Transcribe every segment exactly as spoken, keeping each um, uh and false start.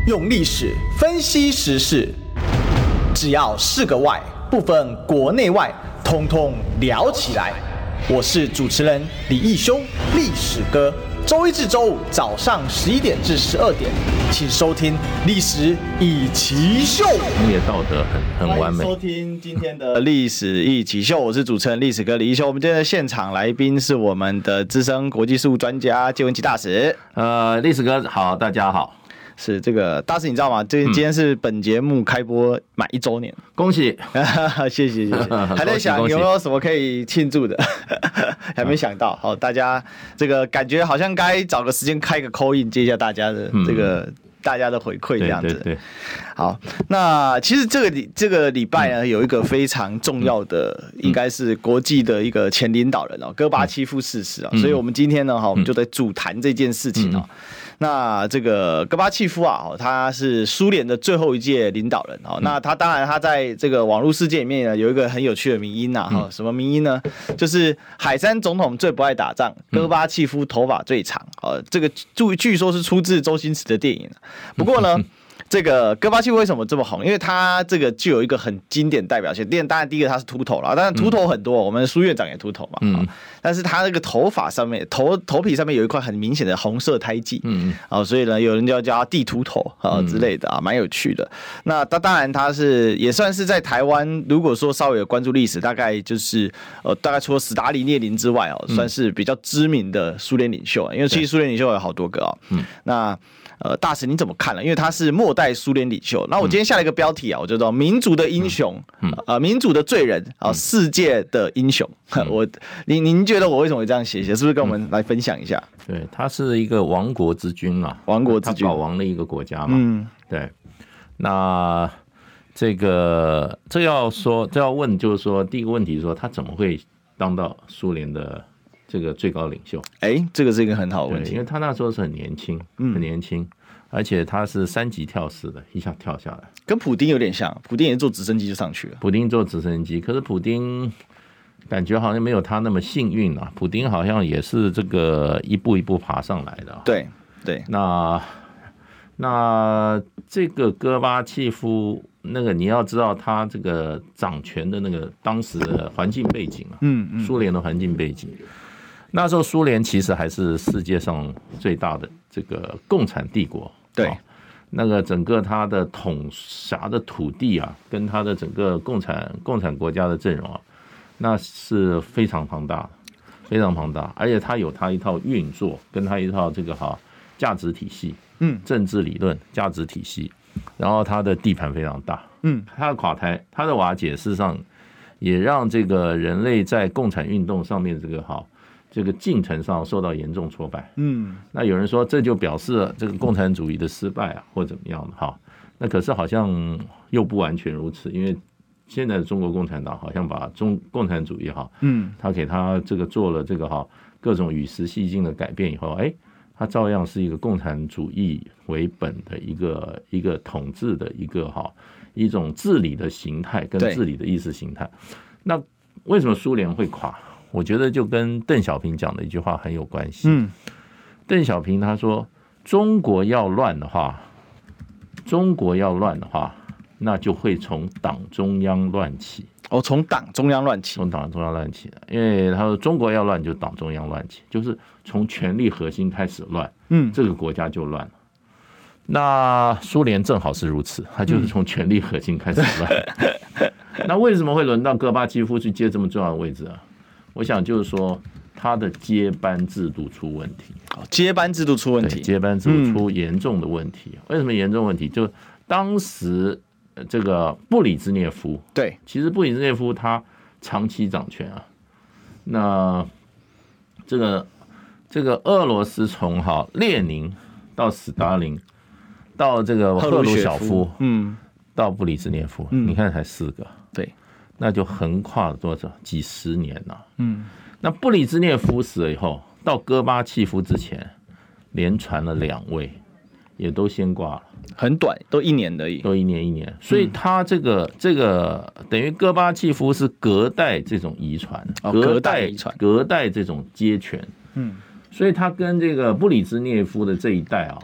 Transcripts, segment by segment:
用历史分析时事，只要是个外，不分国内外，通通聊起来。我是主持人李义修，历史哥。周一至周五早上十一点至十二点，请收听《历史一起秀》。 你的道德很很完美。 欢迎收听今天的《历史一起秀》，我是主持人历史哥李义修。我们今天的现场来宾是我们的资深国际事务专家谢文琪大使。 呃，历史哥好，大家好。 是这个大使，你知道吗？这今天是本节目开播满一周年， 恭喜！ 谢谢谢谢。还在想有没有什么可以庆祝的，还没想到。好，大家这个感觉好像该找个时间开个 call in 接一下大家的这个。嗯大家的回馈这样子， 对对对， 好。那其实这个礼这个礼拜呢，有一个非常重要的，嗯、应该是国际的一个前领导人哦，戈巴契夫逝世啊，嗯、所以我们今天呢，哈，我们就在主谈这件事情哦。嗯、那这个戈巴契夫啊，他是苏联的最后一届领导人哦。嗯、那他当然他在这个网络世界里面呢，有一个很有趣的名音呐，哈、嗯，什么名音呢？就是海山总统最不爱打仗，戈巴契夫头发最长。哦，这个据据说是出自周星驰的电影。不过呢，这个戈巴契夫为什么这么红？因为他这个具有一个很经典代表性。当然，第一个他是秃头啦，当然秃头很多，我们苏院长也秃头嘛。嗯、但是他那个头发上面，头头皮上面有一块很明显的红色胎记。嗯啊，所以呢，有人就叫他地秃头啊之类的啊，蛮有趣的。那他当然他是也算是在台湾，如果说稍微有关注历史，大概就是呃，大概除了史达林、列宁之外哦，算是比较知名的苏联领袖啊。因为其实苏联领袖有好多个啊。嗯，那。呃，大使你怎么看了？因为他是末代苏联领袖。那我今天下了一个标题啊，我就说民族的英雄，嗯、呃，民族的罪人啊，世界的英雄。嗯、我您您觉得我为什么会这样写？写是不是跟我们来分享一下？ 对，他是一个亡国之君啊， 亡国之君， 他搞亡了一个国家嘛。嗯，对。那这个这要说，这要问，就是说，第一个问题是说，他怎么会当到苏联的？这个最高领袖， 哎，这个是一个很好的问题， 因为他那时候是很年轻，嗯、很年轻，而且他是三级跳式的，一下跳下来， 跟普丁有点像，普丁也是坐直升机就上去了。 普丁坐直升机，可是普丁感觉好像没有他那么幸运啊，普丁好像也是这个一步一步爬上来的。 对对， 那那这个戈巴契夫。那个你要知道他这个掌权的那个当时的环境背景啊，嗯嗯，苏联的环境背景，那时候苏联其实还是世界上最大的这个共产帝国， 对， 哦、那个整个他的统辖的土地啊，跟他的整个共产共产国家的阵容啊，那是非常庞大的，非常庞大，而且他有他一套运作，跟他一套这个哈价值体系，嗯，政治理论、价值体系。然后他的地盘非常大，嗯，他的垮台，他的瓦解，事实上也让这个人类在共产运动上面这个哈这个进程上受到严重挫败，嗯，那有人说这就表示了这个共产主义的失败啊，或怎么样的哈，那可是好像又不完全如此，因为现在的中国共产党好像把中共产主义哈，嗯，他给他这个做了这个哈各种与时俱进的改变以后，哎。它照样是一个共产主义为本的一个一个统治的一个哈一种治理的形态跟治理的意识形态。那为什么苏联会垮？我觉得就跟邓小平讲的一句话很有关系。嗯，邓小平他说：“中国要乱的话，中国要乱的话，那就会从党中央乱起。” 哦，从党中央乱起， 从党中央乱起的，因为他说中国要乱，就党中央乱起，就是从权力核心开始乱，嗯，这个国家就乱了。那苏联正好是如此，他就是从权力核心开始乱。嗯、那为什么会轮到戈巴契夫去接这么重要的位置啊？我想就是说他的接班制度出问题。 哦，接班制度出问题， 接班制度出严重的问题。嗯、为什么严重问题？就当时。这个布里兹涅夫， 对， 其实布里兹涅夫他长期掌权啊。那这个这个俄罗斯从哈列宁到斯大林，到这个赫鲁晓夫，嗯，到布里兹涅夫，嗯、你看才四个， 对， 那就横跨了多少几十年了。嗯，那布里兹涅夫死了以后，到戈巴契夫之前，连传了两位。也都先挂了， 很短，都一年而已， 都一年一年，所以他这个、嗯、这个等于戈巴契夫是隔代这种遗传， 哦、隔代遗传， 隔代这种接权，嗯，所以他跟这个布里兹涅夫的这一代啊，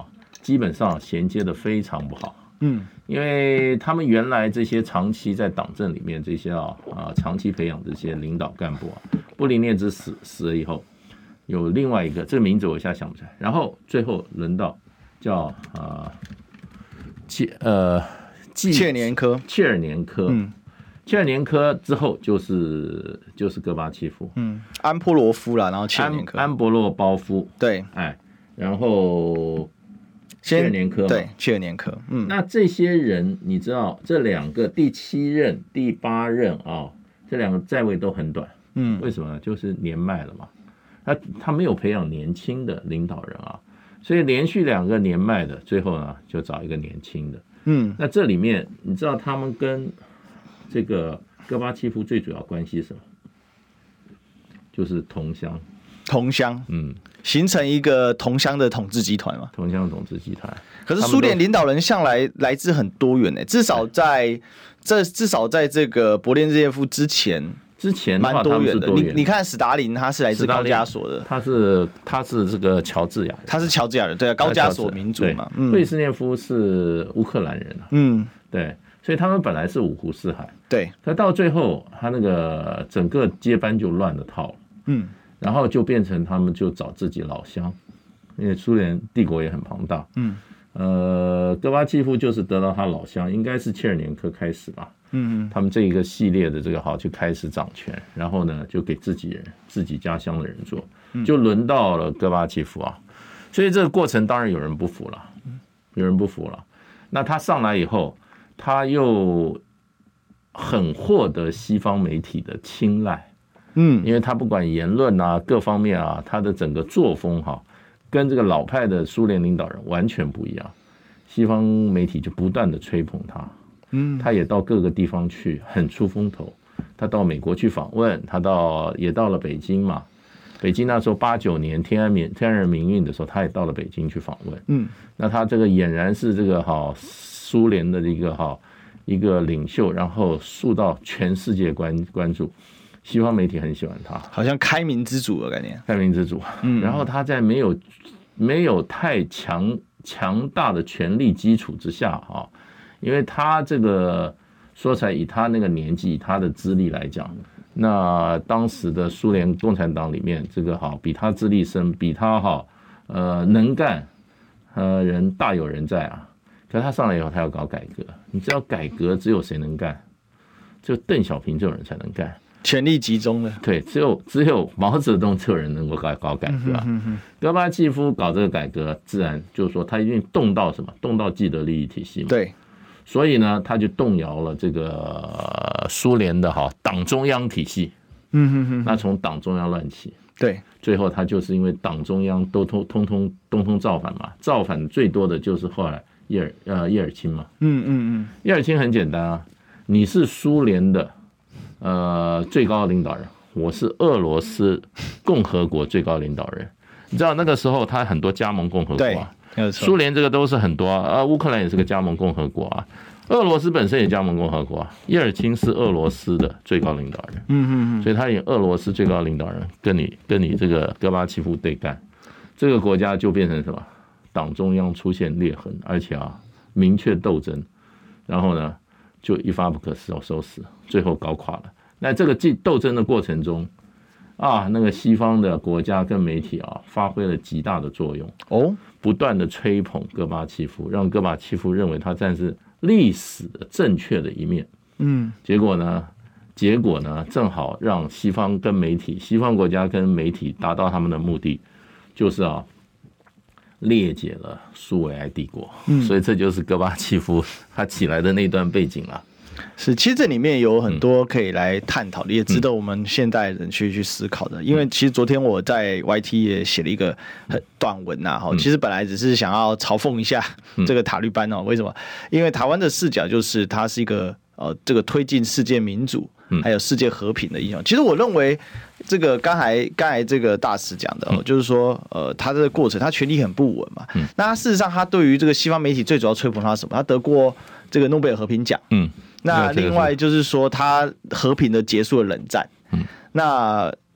基本上衔接的非常不好。 嗯， 因为他们原来这些长期在党政里面这些啊啊长期培养这些领导干部啊，布林涅兹死死了以后，有另外一个这个名字我一下想不起来，然后最后轮到叫啊切呃切尔年科， 切尔年科， 嗯。 切尔年科之后就是就是戈巴契夫， 嗯，安波罗夫啦，然后切尔年科， 安安博洛包夫， 对， 哎，然后切尔年科， 对，切尔年科，嗯， 那这些人你知道，这两个第七任、第八任啊，这两个在位都很短， 嗯， 为什么呢？就是年迈了嘛，他他没有培养年轻的领导人啊，所以连续两个年迈的，最后呢就找一个年轻的， 嗯， 那这里面你知道他们跟这个戈巴契夫最主要关系是什么？就是同乡， 同乡， 嗯， 形成一个同乡的统治集团嘛。 同乡统治集团。 可是苏联领导人向来来自很多元诶，至少在这至少在这个勃列日涅夫之前， 之前蛮多元的。 元你你看史达林他是来自高加索的， 他是他是这个乔治亚人， 他是乔治亚人，对啊，高加索民族嘛。 嗯，布里斯涅夫是乌克兰人啊， 嗯， 对。所以他们本来是五湖四海， 对， 可到最后他那个整个接班就乱了套了， 嗯， 然后就变成他们就找自己老乡，因为苏联帝国也很庞大， 嗯， 呃，戈巴契夫就是得到他老乡，应该是切尔年科开始吧， 嗯嗯， 他们这一个系列的这个好就开始掌权，然后呢就给自己人自己家乡的人做，就轮到了戈巴契夫啊，所以这个过程当然有人不服了，有人不服了，那他上来以后。他又很获得西方媒体的青睐， 嗯， 因为他不管言论啊各方面啊，他的整个作风哈、啊，跟这个老派的苏联领导人完全不一样，西方媒体就不断的吹捧他， 嗯， 他也到各个地方去很出风头，他到美国去访问，他到也到了北京嘛，北京那时候八九年天安民天安人民运的时候，他也到了北京去访问， 嗯， 那他这个俨然是这个哈。苏联的一个哈一个领袖，然后受到全世界关关注，西方媒体很喜欢他， 好像开明之主的概念， 开明之主。嗯，然后他在没有没有太强强大的权力基础之下哈，因为他这个说起来以他那个年纪，以他的资历来讲，那当时的苏联共产党里面这个哈比他资历深，比他哈呃能干呃人大有人在啊。可是他上来以后，他要搞改革。你知道改革只有谁能干？只有邓小平这种人才能干， 权力集中的。 对，只有只有毛泽东这种人能够搞搞改革、啊。嗯、哼哼戈巴契夫搞这个改革，自然就是说他一定动到什么？动到既得利益体系嘛。 对， 所以呢，他就动摇了这个苏联的哈党中央体系。嗯哼哼。那从党中央乱起。 对， 最后他就是因为党中央都通通通通通造反嘛，造反最多的就是后来。叶尔呃叶尔钦嘛， 嗯嗯嗯， 叶尔钦很简单啊，你是苏联的呃最高领导人，我是俄罗斯共和国最高领导人，你知道那个时候他很多加盟共和国啊， 对， 苏联这个都是很多啊，乌克兰也是个加盟共和国啊，俄罗斯本身也加盟共和国啊，叶尔钦是俄罗斯的最高领导人，嗯嗯嗯，所以他以俄罗斯最高领导人跟你跟你这个戈巴契夫对干，这个国家就变成什么？党中央出现裂痕，而且啊明确斗争，然后呢就一发不可收拾，最后搞垮了。那这个斗争的过程中啊，那个西方的国家跟媒体啊发挥了极大的作用哦，不断的吹捧戈巴契夫，让戈巴契夫认为他站是历史的正确的一面。嗯，结果呢，结果呢正好让西方跟媒体，西方国家跟媒体达到他们的目的，就是啊。裂解了苏维埃帝国，嗯，所以这就是戈巴契夫他起来的那段背景啦。 是，其实这里面有很多可以来探讨的，也值得我们现代人去去思考的。因为其实昨天我在 Y T 也写了一个很短文呐，哈，其实本来只是想要嘲讽一下这个塔利班哦，为什么？因为台湾的视角就是它是一个呃这个推进世界民主还有世界和平的英雄。其实我认为。这个刚才刚才这个大使讲的、哦，就是说，呃，他这个过程，他权力很不稳嘛。嗯、那他事实上，他对于这个西方媒体最主要吹捧他什么？他得过这个诺贝尔和平奖。嗯。那另外就是说，他和平的结束了冷战。嗯。那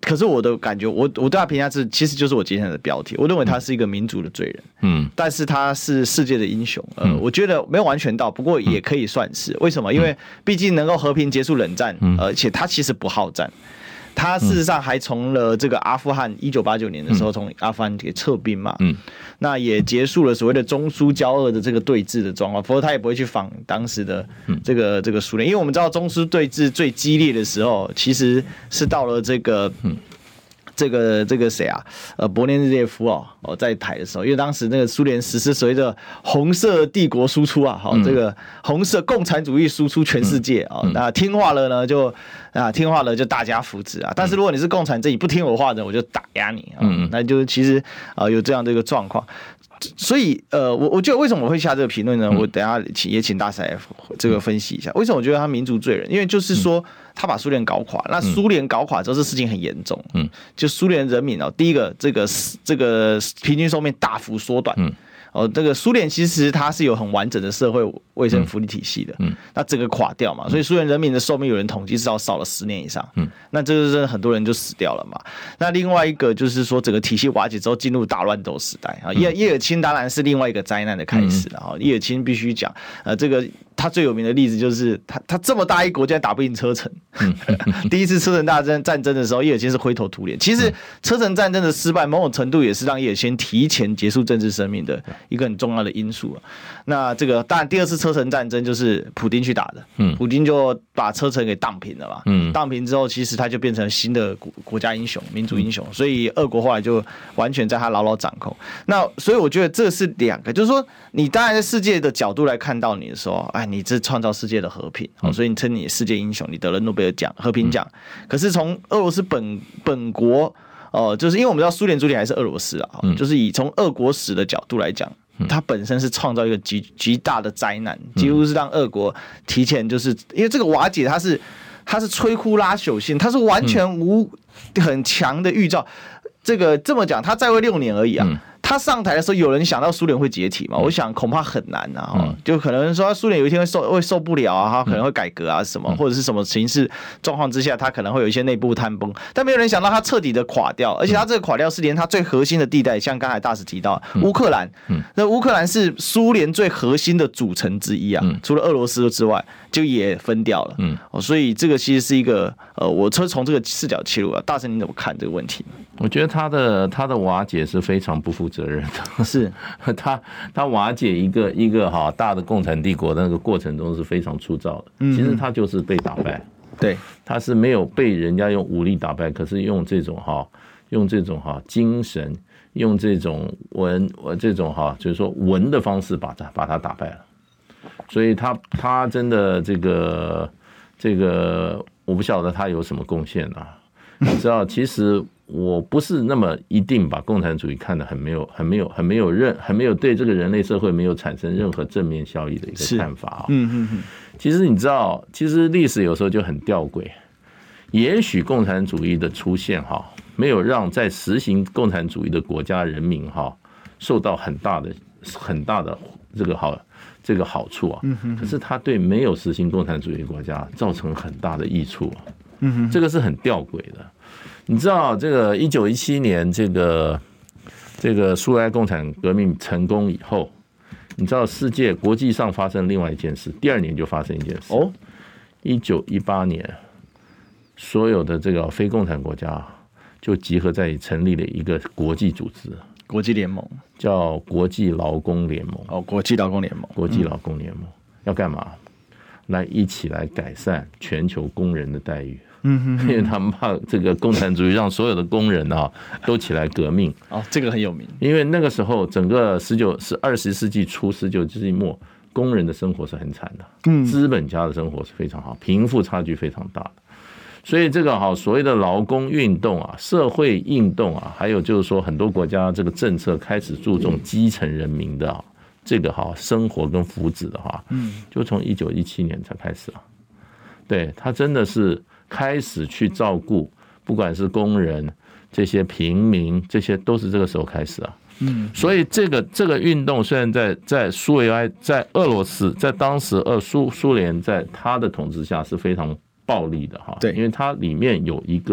可是我的感觉，我我对他评价是，其实就是我今天的标题，我认为他是一个民主的罪人，嗯，但是他是世界的英雄，呃，嗯、我觉得没有完全到，不过也可以算是。为什么？因为毕竟能够和平结束冷战，嗯、而且他其实不好战。他事实上还从了这个阿富汗，一九八九年的时候从阿富汗给撤兵嘛，嗯，那也结束了所谓的中苏交恶的这个对峙的状况，否则他也不会去访当时的这个这个苏联，因为我们知道中苏对峙最激烈的时候，其实是到了这个。这个这个谁啊？呃，勃列日涅夫哦，哦，在台的时候，因为当时那个苏联实施所谓的红色帝国输出啊，好、嗯，这个红色共产主义输出全世界啊、嗯，那听话了呢就啊听话了就大家扶持啊，但是如果你是共产阵营不听我话的，我就打压你啊，嗯、那就其实啊、呃、有这样的一个状况。所以，呃，我我觉得为什么我会下这个评论呢？我等一下请也请大师来这个分析一下，为什么我觉得他民族罪人？因为就是说他把苏联搞垮，那苏联搞垮之后，这事情很严重，嗯，就苏联人民哦，第一个这个这个平均寿命大幅缩短，嗯。哦，这个苏联其实它是有很完整的社会卫生福利体系的，嗯，那整个垮掉嘛，所以苏联人民的寿命有人统计至少少了十年以上，嗯，那这就是很多人就死掉了嘛。那另外一个就是说，整个体系瓦解之后进入大乱斗时代啊，叶叶尔钦当然是另外一个灾难的开始了啊。叶尔钦必须讲，呃，这个他最有名的例子就是他他这么大一国竟然打不赢车臣，第一次车臣大战战争的时候，叶尔钦是灰头土脸。其实车臣战争的失败，某种程度也是让叶尔钦提前结束政治生命的一个很重要的因素。那这个当然，第二次车臣战争就是普丁去打的，嗯，普丁就把车臣给荡平了嘛，嗯，荡平之后，其实他就变成新的国家英雄、民族英雄，所以俄国后来就完全在他牢牢掌控。那所以我觉得这是两个，就是说，你当然在世界的角度来看到你的时候，哎，你这创造世界的和平，所以你称你世界英雄，你得了诺贝尔奖和平奖。可是从俄罗斯本本国，哦、呃，就是因为我们知道苏联主体还是俄罗斯啊，就是以从俄国史的角度来讲。它本身是创造一个极极大的灾难，几乎是让俄国提前就是因为这个瓦解，它是它是摧枯拉朽性，它是完全无很强的预兆。这个这么讲，他在位六年而已啊。他上台的时候，有人想到苏联会解体吗？我想恐怕很难啊，嗯、就可能说苏联有一天会受会受不了啊，他可能会改革啊什么，嗯、或者是什么形势状况之下，他可能会有一些内部坍崩，但没有人想到他彻底的垮掉，而且他这个垮掉是连他最核心的地带，像刚才大使提到乌克兰，嗯、那乌克兰是苏联最核心的组成之一啊，嗯、除了俄罗斯之外，就也分掉了，嗯哦、所以这个其实是一个呃，我从这个视角切入啊，大神你怎么看这个问题？ 我觉得他的他的瓦解是非常不负责任的， 是他他瓦解一个一个哈大的共产帝国的那个过程中是非常粗糙的，嗯、其实他就是被打败， 对， 他是没有被人家用武力打败，可是用这种哈用这种哈精神，用这种文这种哈就是说文的方式把他把他打败了，所以他他真的这个这个我不晓得他有什么贡献啊。你知道，其实我不是那么一定把共产主义看得很没有、很没有、很没有任、很没有对这个人类社会没有产生任何正面效益的一个看法啊。嗯嗯嗯。其实你知道，其实历史有时候就很吊诡。也许共产主义的出现哈，没有让在实行共产主义的国家人民哈受到很大的、很大的这个好这个好处啊。可是它对没有实行共产主义的国家造成很大的益处啊。嗯，这个是很吊诡的。你知道，这个一九一七年，这个这个苏维埃共产革命成功以后，你知道世界国际上发生另外一件事，第二年就发生一件事。哦，一九一八年，所有的这个非共产国家就集合在一起成立了一个国际组织， 国际联盟， 叫国际劳工联盟。 哦，国际劳工联盟， 国际劳工联盟、嗯、要干嘛？来一起来改善全球工人的待遇。嗯哼，因为他们怕这个共产主义让所有的工人啊都起来革命。 哦，这个很有名。 因为那个时候整个十九是二十世纪初、十九世纪末，工人的生活是很惨的，嗯，资本家的生活是非常好，贫富差距非常大的。所以这个好所谓的劳工运动啊、社会运动啊，还有就是说很多国家这个政策开始注重基层人民的、啊、这个好生活跟福祉的话，嗯，就从一九一七年才开始啊。对，他真的是。开始去照顾，不管是工人、这些平民，这些都是这个时候开始啊。嗯，所以这个这个运动虽然在在苏维埃、在俄罗斯、在当时俄苏苏联在他的统治下是非常暴力的哈。对，因为它里面有一个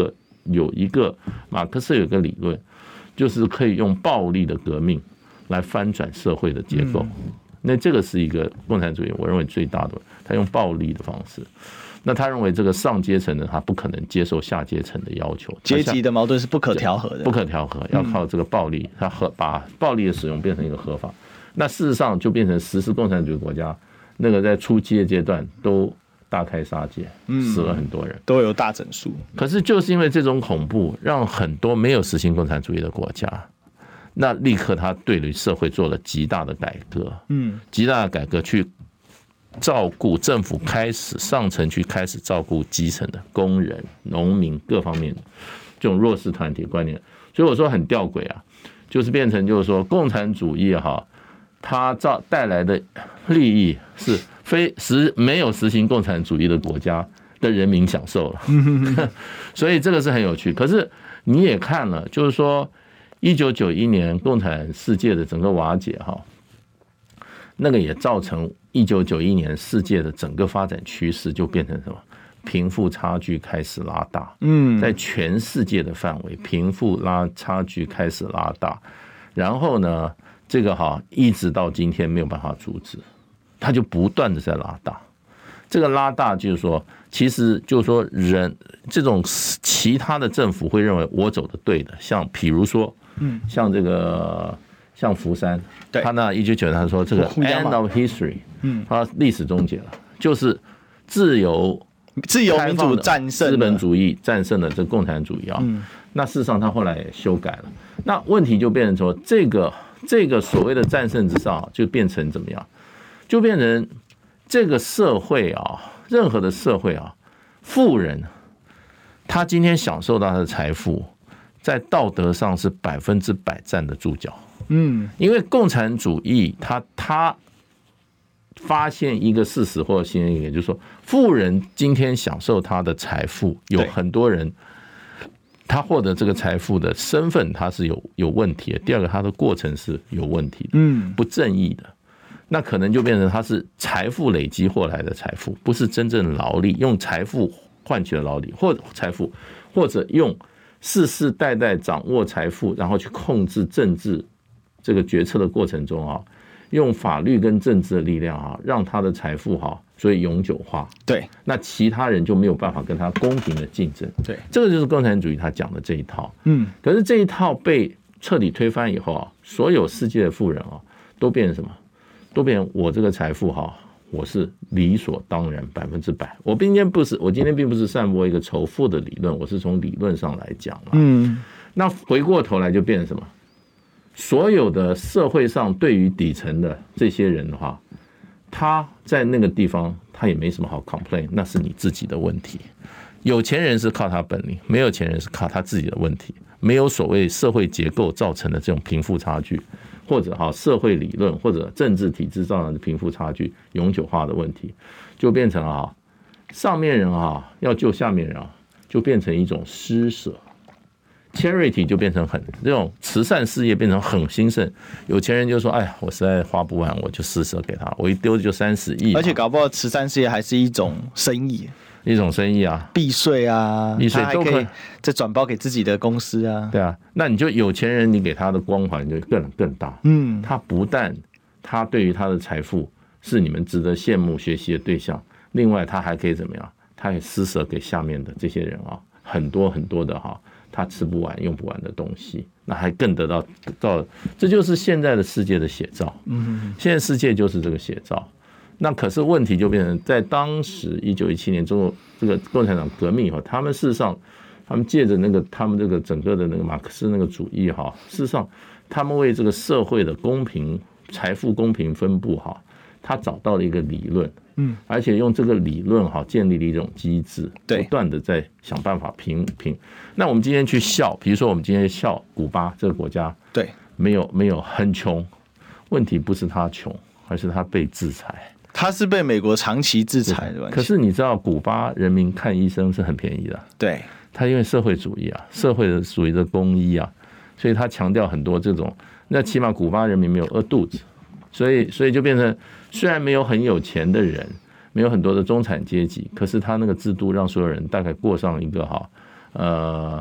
有一个马克思有一个理论，就是可以用暴力的革命来翻转社会的结构。嗯、那这个是一个共产主义，我认为最大的，他用暴力的方式。那他认为这个上阶层呢，他不可能接受下阶层的要求， 阶级的矛盾是不可调和的， 不可调和，要靠这个暴力，他合把暴力的使用变成一个合法。那事实上就变成实施共产主义国家，那个在初期的阶段都大开杀戒，死了很多人，嗯、 都有大整数。 可是就是因为这种恐怖，让很多没有实行共产主义的国家，那立刻他对于社会做了极大的改革，嗯，极大的改革去。照顾政府开始上层去开始照顾基层的工人、农民各方面的这种弱势团体观念，所以我说很吊诡啊，就是变成就是说共产主义哈，它造带来的利益是非实没有实行共产主义的国家的人民享受了，所以这个是很有趣。可是你也看了，就是说一九九一年共产世界的整个瓦解哈。那个也造成一九九一年世界的整个发展趋势就变成什么？贫富差距开始拉大。嗯，在全世界的范围，贫富拉差距开始拉大，然后呢，这个哈一直到今天没有办法阻止，它就不断的在拉大。这个拉大就是说，其实就是说人这种其他的政府会认为我走的对的，像比如说，嗯，像这个。像福山，他那一九九他说这个 end of history， 嗯，他历史终结了，就是自由、 自由民主战胜资本主义，战胜了这共产主义啊。嗯、那事实上他后来也修改了，那问题就变成说，这个这个所谓的战胜之上，就变成怎么样？就变成这个社会啊，任何的社会啊，富人他今天享受到他的财富，在道德上是百分之百站得住脚。嗯，因为共产主义他他发现一个事实或者新的一个，就是说，富人今天享受他的财富，有很多人他获得这个财富的身份他是有有问题的。第二个，他的过程是有问题的，嗯，不正义的。那可能就变成他是财富累积获来的财富，不是真正劳力，用财富换取了劳力或财富，或者用世世代代掌握财富，然后去控制政治。这个决策的过程中啊，用法律跟政治的力量啊，让他的财富哈，所以永久化。 对， 那其他人就没有办法跟他公平的竞争。 对， 这个就是共产主义他讲的这一套。嗯，可是这一套被彻底推翻以后啊，所有世界的富人啊，都变成什么？都变成我这个财富哈，我是理所当然百分之百。我今天不是，我今天并不是散播一个仇富的理论，我是从理论上来讲了。嗯，那回过头来就变成什么？所有的社会上对于底层的这些人的话，他在那个地方他也没什么好 complain， 那是你自己的问题。有钱人是靠他本领，没有钱人是靠他自己的问题。没有所谓社会结构造成的这种贫富差距，或者哈社会理论或者政治体制造成的贫富差距永久化的问题，就变成啊上面人啊要救下面人啊，就变成一种施舍。charity 就变成很这种慈善事业变成很兴盛，有钱人就说：“哎呀，我实在花不完，我就施舍给他，我一丢就三十亿。” 而且搞不好慈善事业还是一种生意， 一种生意啊， 避税啊， 避税都可以再转包给自己的公司啊。 对啊，那你就有钱人，你给他的光环就更更大。嗯，他不但他对于他的财富是你们值得羡慕学习的对象，另外他还可以怎么样？他也施舍给下面的这些人啊，很多很多的哈。他吃不完用不完的东西，那还更得到到，这就是现在的世界的写照。嗯，现在世界就是这个写照。那可是问题就变成，在当时一九一七年中国这个共产党革命以后，他们事实上，他们借着那个他们这个整个的那个马克思那个主义哈，事实上他们为这个社会的公平、财富公平分布哈，他找到了一个理论。嗯，而且用这个理论哈，建立了一种机制，不断的在想办法平平。那我们今天去笑，比如说我们今天笑古巴这个国家， 对， 没有没有很穷，问题不是他穷，而是他被制裁， 他是被美国长期制裁的。 可是你知道，古巴人民看医生是很便宜的， 对， 他因为社会主义啊，社会的主义的公益啊，所以他强调很多这种，那起码古巴人民没有饿肚子。所以，所以就变成，虽然没有很有钱的人，没有很多的中产阶级，可是他那个制度让所有人大概过上一个哈，呃，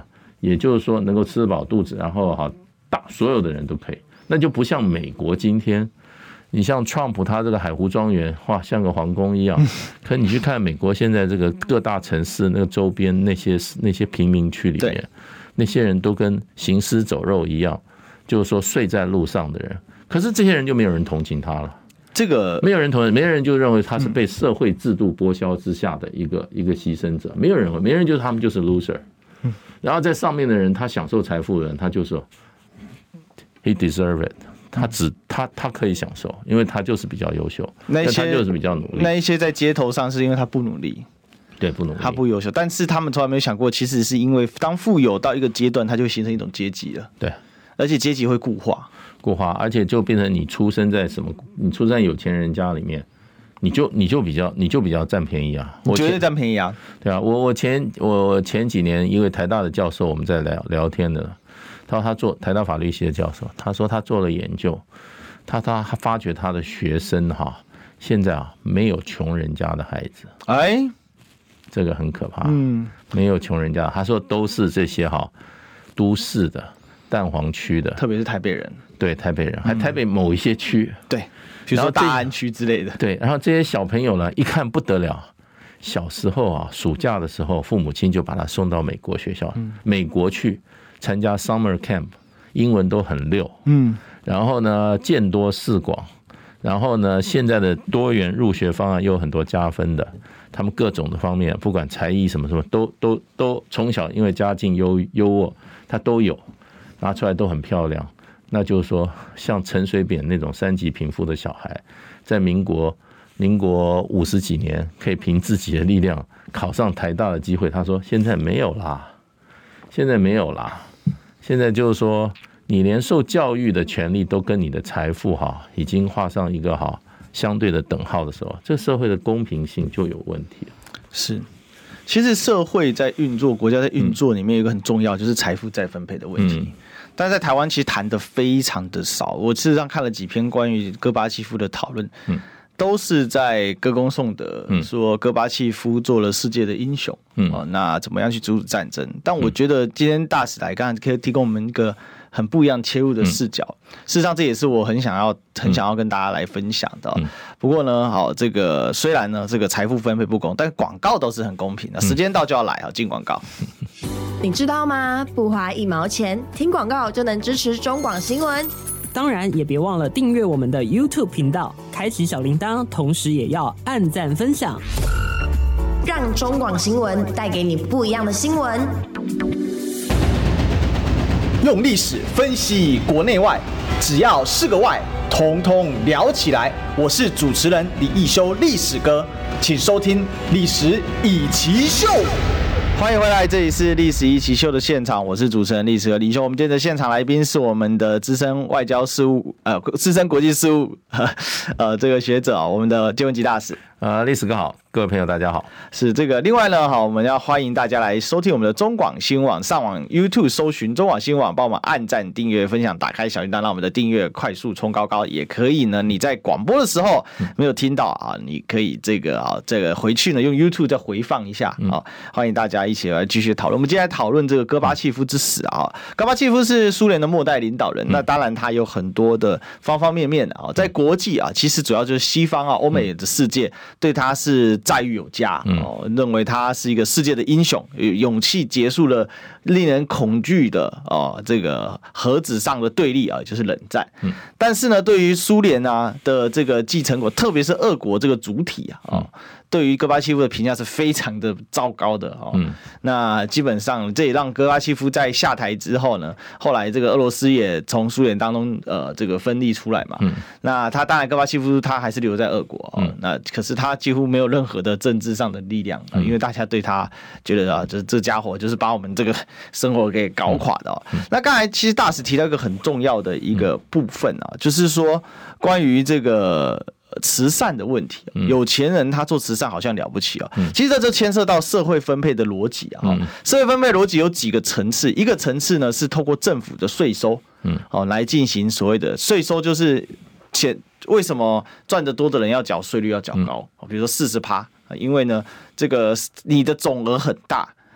也就是说能够吃得饱肚子，然后哈大所有的人都可以，那就不像美国今天。你像 Trump 他这个海湖庄园，哇，像个皇宫一样。可你去看美国现在这个各大城市那个周边那些那些贫民区里面，那些人都跟行尸走肉一样，就是说睡在路上的人。可是这些人就没有人同情他了， 这个没有人同情，没有人就认为他是被社会制度剥削之下的一个一个牺牲者，没有人会，没人就是他们就是 loser。然后在上面的人，他享受财富的人，他就说 he deserve it。他只他他可以享受，因为他就是比较优秀，那一些他就是比较努力。 那一些在街头上是因为他不努力， 对，不努力， 他不优秀。但是他们从来没有想过，其实是因为当富有到一个阶段，它就会形成一种阶级了。 对， 而且阶级会固化， 固化，而且就变成你出生在什么，你出生在有钱人家里面，你就你就比较你就比较占便宜啊， 我绝对占便宜啊。 对啊，我我前我前几年一位台大的教授，我们在聊聊天的。他说他做台大法律系的教授，他说他做了研究，他他发觉他的学生哈，现在啊没有穷人家的孩子， 哎， 这个很可怕， 嗯， 没有穷人家，他说都是这些哈都市的蛋黄区的， 特别是台北人， 对台北人，还台北某一些区， 对，比如说大安区之类的， 对，然后这些小朋友呢，一看不得了，小时候啊，暑假的时候，父母亲就把他送到美国学校，嗯、美国去。参加 summer camp， 英文都很溜， 嗯， 然后呢见多识广，然后呢现在的多元入学方案又有很多加分的，他们各种的方面，不管才艺什么什么，都都都从小因为家境优优渥，他都有，拿出来都很漂亮。那就是说，像陈水扁那种三级贫富的小孩，在民国民国五十几年可以凭自己的力量考上台大的机会，他说现在没有啦。现在没有啦，现在就是说，你连受教育的权利都跟你的财富哈，已经画上一个哈相对的等号的时候，这社会的公平性就有问题了。 是，其实社会在运作，国家在运作里面有一个很重要，就是财富再分配的问题。嗯、但是在台湾其实谈的非常的少。我事实上看了几篇关于戈巴契夫的讨论。嗯，都是在歌功颂德，说戈巴契夫做了世界的英雄，嗯、哦，那怎么样去阻止战争？但我觉得今天大使来刚才可以提供我们一个很不一样切入的视角。嗯、事实上，这也是我很想要、很想要跟大家来分享的。嗯、不过呢，好，这个虽然呢，这个财富分配不公，但广告都是很公平的。时间到就要来啊，进广告。 你知道吗？不花一毛钱，听广告就能支持中广新闻。 当然也别忘了订阅我们的 YouTube 频道，开启小铃铛，同时也要按赞分享， 让中广新闻带给你不一样的新闻。 用历史分析国内外，只要是个“外”，统统聊起来。我是主持人李义修，历史哥，请收听《历史一起秀》。欢迎回来，这里是历史一起秀的现场，我是主持人历史哥李修。我们今天的现场来宾是我们的资深外交事务呃资深国际事务呃这个学者、哦、我们的介文吉大使。 呃，历史哥好，各位朋友大家好。 是这个，另外呢，好，我们要欢迎大家来收听我们的中广新闻网，上网 YouTube 搜寻中广新闻网，帮我们按赞、订阅、分享，打开小铃铛，让我们的订阅快速冲高高。也可以呢，你在广播的时候没有听到啊，你可以这个啊，这个回去呢用 YouTube 再回放一下啊。欢迎大家一起来继续讨论。我们今天来讨论这个戈巴契夫之死啊。戈巴契夫是苏联的末代领导人，那当然他有很多的方方面面啊，在国际啊，其实主要就是西方啊、欧美的世界。对他是赞誉有加、哦、认为他是一个世界的英雄，勇气结束了令人恐惧的、哦、这个核子上的对立啊，就是冷战。嗯、但是呢，对于苏联啊的这个继承国，特别是俄国这个主体啊，哦嗯、对于戈巴契夫的评价是非常的糟糕的、哦嗯、那基本上这也让戈巴契夫在下台之后呢，后来这个俄罗斯也从苏联当中呃这个分离出来嘛。嗯、那他当然戈巴契夫他还是留在俄国、哦嗯、那可是他几乎没有任何的政治上的力量、呃、因为大家对他觉得啊，这这家伙就是把我们这个生活给搞垮的、哦嗯、那刚才其实大使提到一个很重要的一个部分啊，嗯、就是说关于这个慈善的问题，有钱人他做慈善好像了不起啊、哦，其实这就牵涉到社会分配的逻辑啊、哦。社会分配逻辑有几个层次，一个层次呢是透过政府的税收，嗯，哦来进行所谓的税收，就是钱为什么赚得多的人要缴税率要缴高，比如说四十趴，因为呢这个你的总额很大。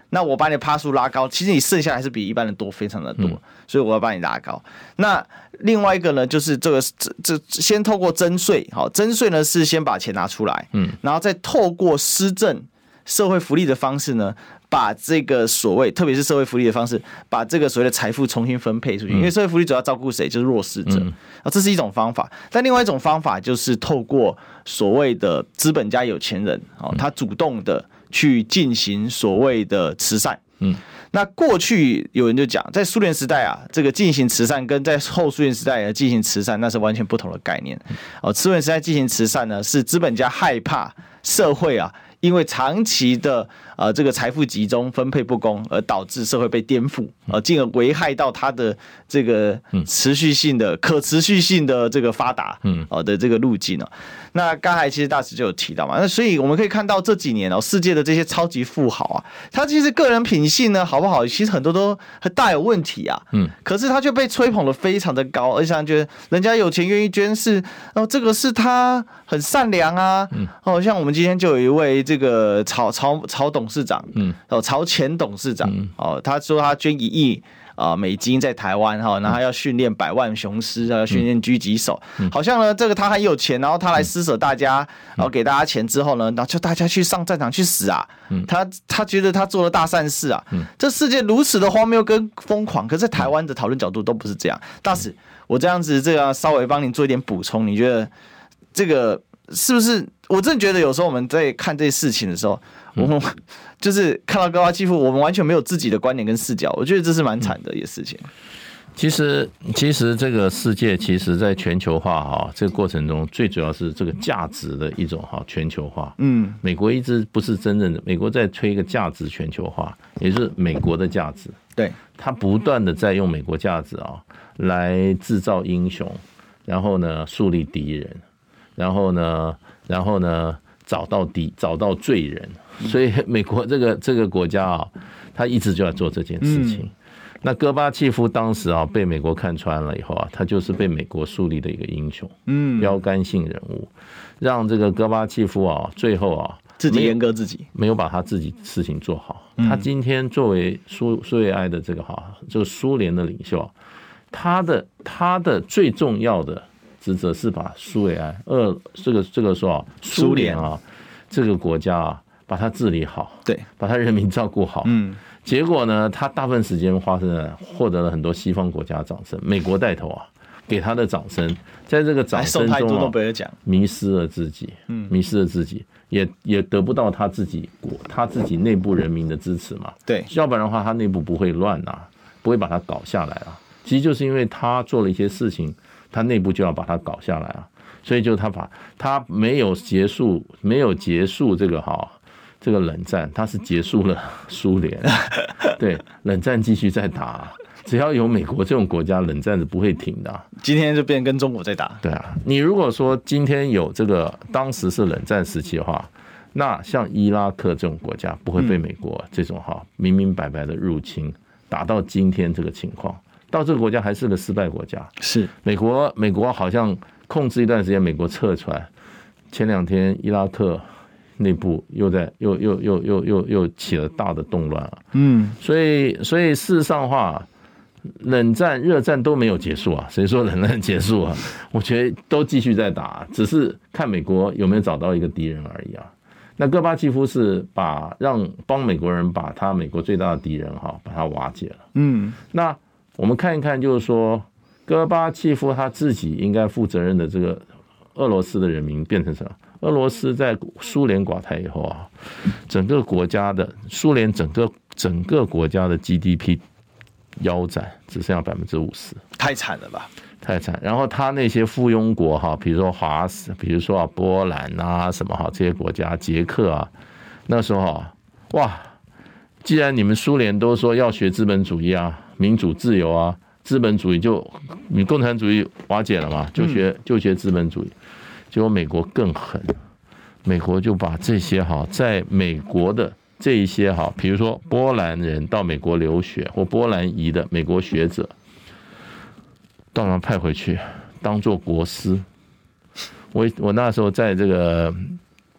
那我把你的趴数拉高，其实你剩下还是比一般人多非常的多，嗯、所以我要把你拉高。那另外一个呢，就是这个这这先透过征税，好，征税呢是先把钱拿出来，嗯，然后再透过施政社会福利的方式呢，把这个所谓特别是社会福利的方式，把这个所谓的财富重新分配出去，因为社会福利主要照顾谁，就是弱势者，嗯、这是一种方法。但另外一种方法就是透过所谓的资本家有钱人，哦，他主动的去进行所谓的慈善，嗯，那过去有人就讲，在苏联时代啊，这个进行慈善跟在后苏联时代进行慈善那是完全不同的概念。哦，苏联时代进行慈善呢，是资本家害怕社会啊，因为长期的呃这个财富集中分配不公，而导致社会被颠覆，呃，进而危害到它的这个持续性的、可持续性的这个发达，嗯，哦的这个路径呢。那刚才其实大使就有提到嘛，那所以我们可以看到这几年哦，世界的这些超级富豪啊，他其实个人品性呢好不好，其实很多都很大有问题啊。嗯，可是他却被吹捧的非常的高，而且他觉得人家有钱愿意捐是哦，这个是他很善良啊。嗯，哦，像我们今天就有一位这个曹曹曹董事长，嗯，哦曹前董事长，哦，他说他捐一亿。啊，美金在台湾哈，然后要训练百万雄师，要训练狙击手，嗯、好像呢，这个他很有钱，然后他来施舍大家，然后给大家钱之后呢，然后就大家去上战场去死啊，嗯、他他觉得他做了大善事啊，嗯、这世界如此的荒谬跟疯狂，可是在台湾的讨论角度都不是这样。大使，我这样子这样稍微帮您做一点补充，你觉得这个是不是？我真的觉得有时候我们在看这些事情的时候，我们就是看到戈巴契夫，我们完全没有自己的观点跟视角，我觉得这是蛮惨的一个事情。 其实，其实这个世界，其实在全球化哈这个过程中，最主要是这个价值的一种哈全球化。嗯，美国一直不是真正的，美国在推一个价值全球化，也就是美国的价值。 对， 他不断的在用美国价值啊来制造英雄，然后呢树立敌人，然后呢，然后呢找到敌找到罪人。所以美国这个这个国家啊，他一直就在做这件事情。嗯、那戈巴契夫当时啊被美国看穿了以后啊，他就是被美国树立的一个英雄，嗯，标杆性人物，让这个戈巴契夫啊最后啊自己阉割自己， 没有把他自己事情做好。嗯、他今天作为苏苏维埃的这个哈这个苏联的领袖，他的他的最重要的职责是把苏维埃二这个这个说啊苏联啊这个国家啊。把它治理好， 对， 把他人民照顾好。嗯，结果呢，他大部分时间花生了，获得了很多西方国家掌声，美国带头啊，给他的掌声，在这个掌声中啊，迷失了自己，嗯，迷失了自己，也也得不到他自己国他自己内部人民的支持嘛。 对， 要不然的话，他内部不会乱啊，不会把它搞下来啊。其实就是因为他做了一些事情，他内部就要把它搞下来啊，所以就他把他没有结束，没有结束这个哈。这个冷战，它是结束了苏联，对，冷战继续在打，只要有美国这种国家，冷战是不会停的、啊。 今天就变跟中国在打， 对啊。你如果说今天有这个，当时是冷战时期的话，那像伊拉克这种国家不会被美国这种哈明明白白的入侵打到今天这个情况，到这个国家还是个失败国家。 是美国，美国好像控制一段时间，美国撤出来，前两天伊拉克。内部又在又又又又又又起了大的动乱啊，嗯，所以所以事实上的话，冷战、热战都没有结束啊，谁说冷战结束啊？我觉得都继续在打，只是看美国有没有找到一个敌人而已啊。那戈巴契夫是把让帮美国人把他美国最大的敌人哈把他瓦解了，嗯，那我们看一看，就是说戈巴契夫他自己应该负责任的这个俄罗斯的人民变成什么？俄罗斯在苏联垮台以后啊，整个国家的苏联整个整个国家的 G D P 腰斩，只剩下百分之五十， 太惨了吧？ 太惨。然后他那些附庸国哈，比如说华斯，比如说啊波兰啊什么哈这些国家，捷克啊，那时候啊，哇，既然你们苏联都说要学资本主义啊，民主自由啊，资本主义就你共产主义瓦解了嘛，就学就学资本主义。结果美国更狠，美国就把这些哈，在美国的这一些哈，比如说波兰人到美国留学或波兰裔的美国学者，当然派回去当做国师。我我那时候在这个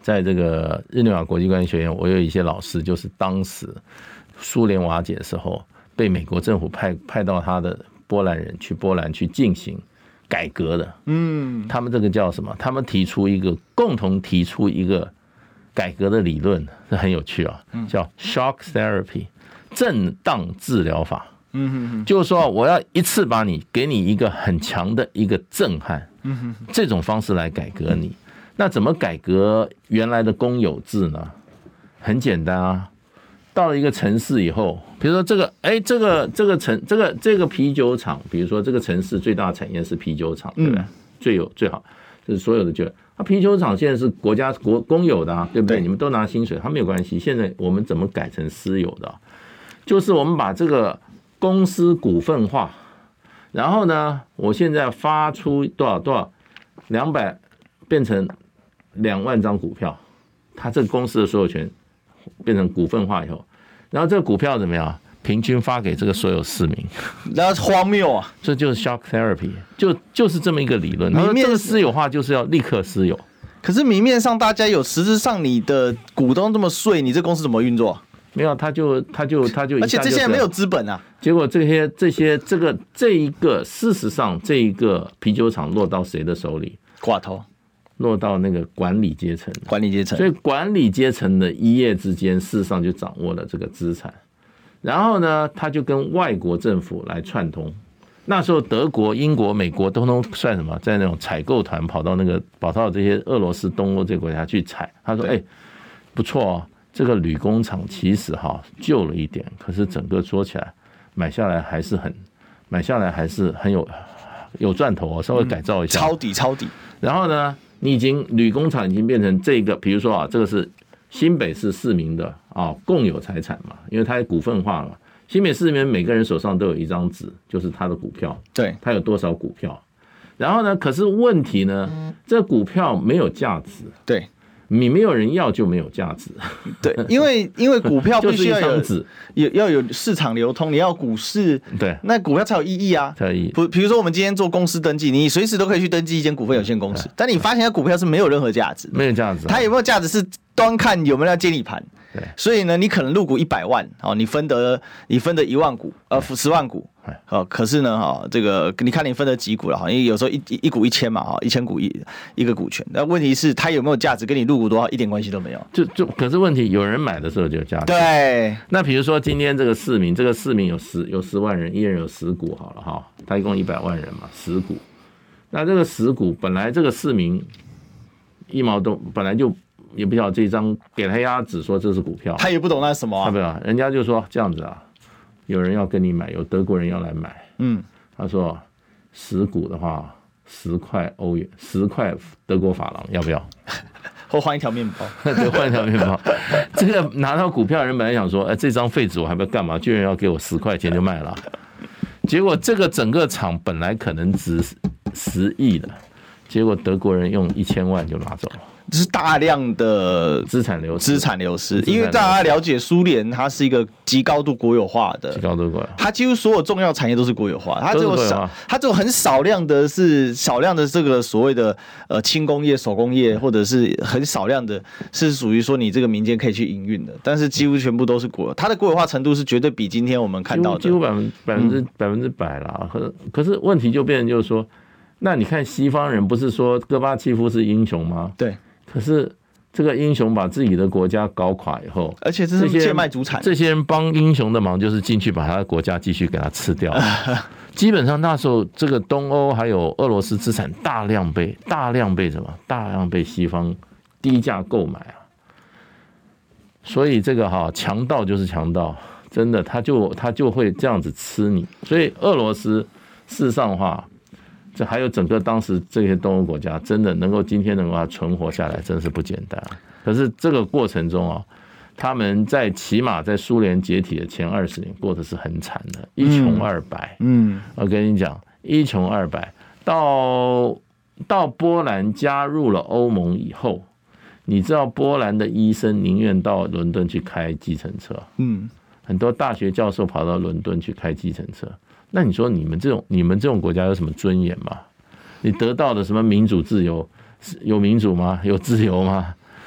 在这个日内瓦国际关系学院，我有一些老师，就是当时苏联瓦解的时候，被美国政府派派到他的波兰人去波兰去进行改革的。嗯，他们这个叫什么？他们提出一个共同提出一个改革的理论，是很有趣啊，叫 shock therapy， 震荡治疗法。嗯，就是说我要一次把你给你一个很强的一个震撼，嗯，这种方式来改革你。那怎么改革原来的公有制呢？很简单啊，到了一个城市以后，比如说这个，哎，这个这个城这个这个啤酒厂，比如说这个城市最大产业是啤酒厂，对不对？嗯、最有最好就是所有的就，啊，啤酒厂现在是国家国公有的啊，对不对？对，你们都拿薪水，它没有关系。现在我们怎么改成私有的？就是我们把这个公司股份化，然后呢，我现在发出多少多少两百变成两万张股票，它这个公司的所有权变成股份化以后，然后这个股票怎么样？平均发给这个所有市民， 那荒谬啊！ 这就是 shock therapy， 就就是这么一个理论。他说这个私有化就是要立刻私有。 可是明面上大家有，实质上你的股东这么碎，你这公司怎么运作？ 没有，他就他就他就， 而且这些人没有资本啊。 结果这些这些这个这一个，事实上这一个啤酒厂落到谁的手里？ 寡头， 落到那个管理阶层。 管理阶层， 所以管理阶层的一夜之间，事实上就掌握了这个资产。然后呢，他就跟外国政府来串通。那时候德国、英国、美国都能算什么？在那种采购团跑到那个跑到这些俄罗斯、东欧这些国家去采。他说：“哎、欸，不错哦。”这个铝工厂其实哈旧了一点，可是整个说起来买下来还是很买下来还是很有有赚头哦，稍微改造一下， 抄底抄底。 然后呢，你已经铝工厂已经变成这个，比如说啊，这个是新北市市民的啊共有财产嘛，因为它股份化了。新北市市民每个人手上都有一张纸，就是他的股票， 对， 他有多少股票。然后呢，可是问题呢，这股票没有价值， 对。 你没有人要就没有价值， 对，因为因为股票必须要有纸， 有要有市场流通，你要股市， 对， 那股票才有意义啊， 才有意义。 不，比如说我们今天做公司登记，你随时都可以去登记一间股份有限公司，但你发现它股票是没有任何价值， 没有价值、啊， 它有没有价值是端看有没有要接你盘。 对， 所以呢，你可能入股一百万，哦，你分得你分得一万股，呃，十万股，哦，可是呢，哈，这个你看你分得几股了，哈，因为有时候一一股一千嘛，哈，一千股一一个股权，那问题是它有没有价值，跟你入股多少一点关系都没有。 就就可是问题，有人买的时候就有价值。 对， 那比如说今天这个市民，这个市民有十有十万人，一人有十股好了哈，他一共一百万人嘛，十股，那这个十股本来这个市民一毛都本来就。也不晓得这一张给他压纸说这是股票， 他也不懂那是什么、啊， 他不知道，人家就说这样子啊，有人要跟你买，有德国人要来买，嗯，他说十股的话十块欧元，十块德国法郎，要不要？ 或换一条面包， 对，换一条面包。这个拿到股票的人本来想说，哎，这张废纸我还不要干嘛？居然要给我十块钱就卖了，结果这个整个厂本来可能值十亿的，结果德国人用一千万就拿走了。 是大量的资产流失， 资产流失，因为大家了解苏联，它是一个极高度国有化的， 极高度国有， 它几乎所有重要产业都是国有化，它只有少，它只有很少量的是少量的这个所谓的呃轻工业、手工业，或者是很少量的是属于说你这个民间可以去营运的，但是几乎全部都是国有，它的国有化程度是绝对比今天我们看到的几乎百分百分之百分之百啦。可可是问题就变成就是说，那你看西方人不是说戈巴契夫是英雄吗？ 对。 可是这个英雄把自己的国家搞垮以后， 而且这是贱卖主产， 这些人帮英雄的忙就是进去把他的国家继续给他吃掉。基本上那时候这个东欧还有俄罗斯资产大量被大量被什么大量被西方低价购买啊，所以这个哈强盗就是强盗，真的他就他就会这样子吃你。所以俄罗斯事实上的话。这还有整个当时这些东欧国家，真的能够今天能够存活下来，真是不简单。可是这个过程中啊，他们在起码在苏联解体的前二十年过得是很惨的，一穷二白。嗯，我跟你讲，一穷二白。到到波兰加入了欧盟以后，你知道波兰的医生宁愿到伦敦去开计程车，嗯，很多大学教授跑到伦敦去开计程车。那你说你们这种你们这种国家有什么尊严吗？你得到的什么民主自由，有民主吗？有自由吗？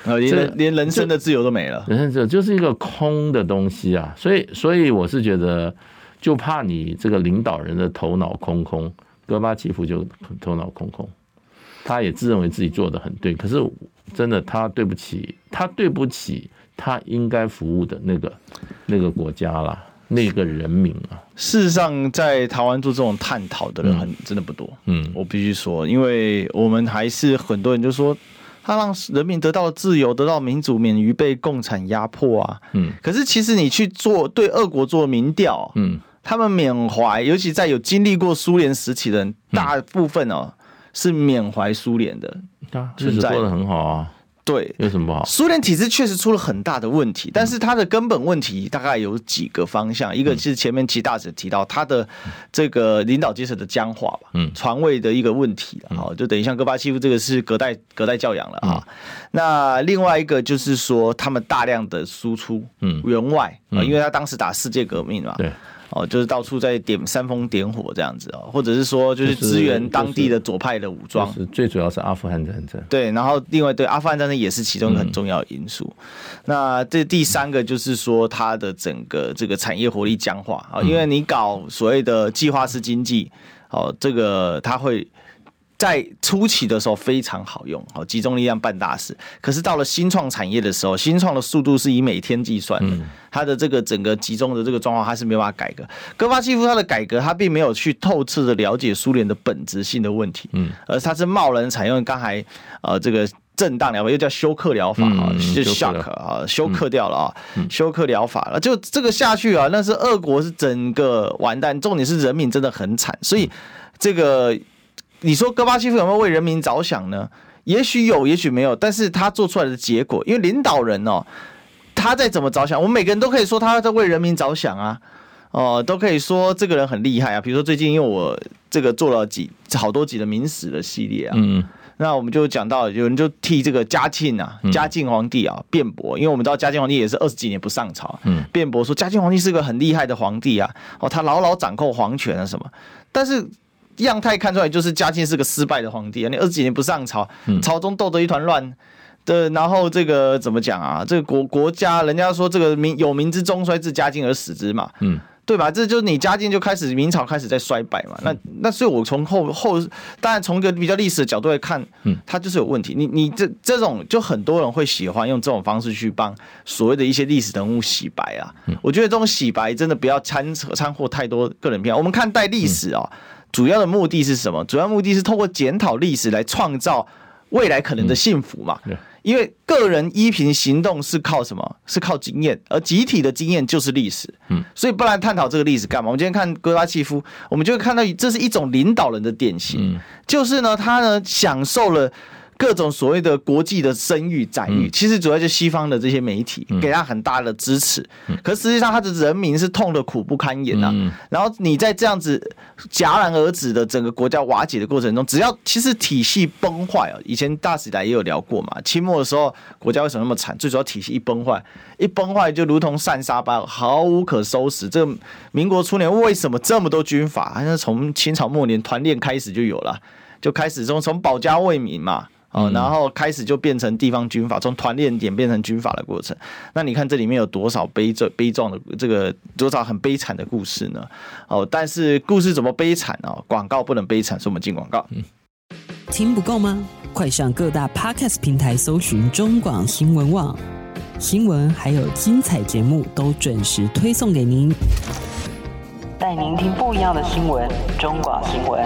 连连人身的自由都没了， 人身自由就是一个空的东西啊。所以，所以我是觉得，就怕你这个领导人的头脑空空，戈巴契夫就头脑空空，他也自认为自己做得很对，可是真的他对不起，他对不起他应该服务的那个那个国家啦。那个人民啊， 事实上，在台湾做这种探讨的人很、嗯、真的不多。嗯，我必须说，因为我们还是很多人就说，他让人民得到自由，得到民主，免于被共产压迫啊。嗯，可是其实你去做对俄国做民调，嗯，他们缅怀，尤其在有经历过苏联时期的人，大部分哦是缅怀苏联的， 日子过得很好啊。 对， 有什么不好？ 苏联体制确实出了很大的问题，但是它的根本问题大概有几个方向。一个是前面齐大使提到它的这个领导阶层的僵化吧，嗯，传位的一个问题啊，就等于像戈巴契夫这个是隔代隔代教养了啊。那另外一个就是说，他们大量的输出援外啊，因为他当时打世界革命嘛，对。哦，就是到处在点煽风点火这样子哦，或者是说就是支援当地的左派的武装， 就是最主要是阿富汗战争。 对，然后另外对阿富汗战争也是其中一个很重要的因素。嗯、那这第三个就是说它的整个这个产业活力僵化啊，因为你搞所谓的计划式经济，哦，这个它会。在初期的时候非常好用，集中力量办大事。可是到了新创产业的时候，新创的速度是以每天计算的，它的这个整个集中的这个状况，它是没有办法改革。戈巴契夫他的改革，他并没有去透彻的了解苏联的本质性的问题，而他是贸然采用刚才呃这个震荡疗法，又叫休克疗法啊，就 shock 啊，休克掉了啊，休克疗法了，就这个下去啊，那是俄国是整个完蛋，重点是人民真的很惨，所以这个。你说戈巴契夫有没有为人民着想呢？也许有，也许没有，但是他做出来的结果，因为领导人哦，他再怎么着想，我们每个人都可以说他在为人民着想啊，哦、呃，都可以说这个人很厉害啊。比如说最近因为我这个做了几好多集的明史的系列啊，嗯，那我们就讲到有人就替这个嘉庆啊，嘉靖皇帝啊辩驳，因为我们知道嘉靖皇帝也是二十几年不上朝，嗯，辩驳说嘉靖皇帝是个很厉害的皇帝啊，哦，他牢牢掌控皇权啊什么，但是。样态看出来就是嘉靖是个失败的皇帝啊！你二十几年不上朝，朝中斗得一团乱的，然后这个怎么讲啊？这个国国家，人家说这个民有民之中衰，自嘉靖而始之嘛，嗯，对吧？这就是你嘉靖就开始明朝开始在衰败嘛。那那所以我从后后，当然从一个比较历史的角度来看，嗯，它就是有问题。你你这这种就很多人会喜欢用这种方式去帮所谓的一些历史人物洗白啊。我觉得这种洗白真的不要掺扯掺和太多个人偏好。我们看待历史啊。主要的目的是什么？主要目的是透过检讨历史来创造未来可能的幸福嘛。嗯、因为个人依凭行动是靠什么？是靠经验，而集体的经验就是历史。嗯，所以不然探讨这个历史干嘛？我们今天看戈巴契夫，我们就会看到这是一种领导人的典型，嗯、就是呢，他呢享受了。各种所谓的国际的声誉载誉，其实主要就是西方的这些媒体给他很大的支持，可实际上他的人民是痛得苦不堪言啊。然后你在这样子戛然而止的整个国家瓦解的过程中，只要其实体系崩坏啊，以前大时代也有聊过嘛，清末的时候国家为什么那么惨？最主要体系一崩坏，一崩坏就如同散沙般毫无可收拾。这个民国初年为什么这么多军阀？那从清朝末年团练开始就有了，就开始从从保家卫民嘛。哦，然后开始就变成地方军阀，从团练点变成军阀的过程。那你看这里面有多少悲壮悲壮的这个多少很悲惨的故事呢？哦，但是故事怎么悲惨哦？广告不能悲惨，所以我们进广告。嗯， 听不够吗？快上各大 Podcast 平台搜寻中广新闻网，新闻还有精彩节目都准时推送给您， 带您听不一样的新闻。中广新闻。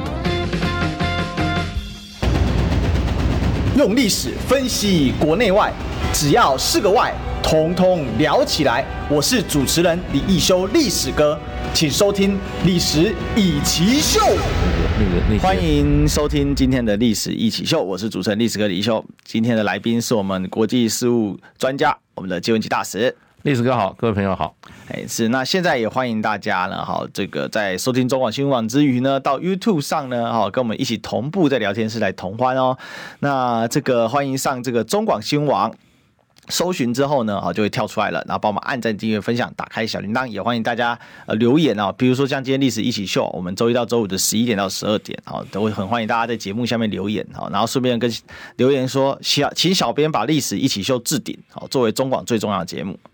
用历史分析国内外，只要是个外，统统聊起来。我是主持人李义修，历史哥，请收听《历史一起秀》。欢迎收听今天的《历史一起秀》，我是主持人历史哥李义修。今天的来宾是我们国际事务专家，我们的介文琪大使。 历史哥好，各位朋友好。 哎，是，那现在也欢迎大家呢，好，这个在收听中广新闻网之余呢，到 YouTube 上呢，好，跟我们一起同步在聊天室来同欢哦。那这个欢迎上这个中广新闻网。 搜寻之后呢，就会跳出来了，然后帮我们按赞、订阅、分享，打开小铃铛，也欢迎大家呃留言啊，比如说像今天历史一起秀，我们周一到周五的十一点到十二点啊，都会很欢迎大家在节目下面留言啊，然后顺便跟留言说，小请小编把历史一起秀置顶，好，作为中广最重要的节目。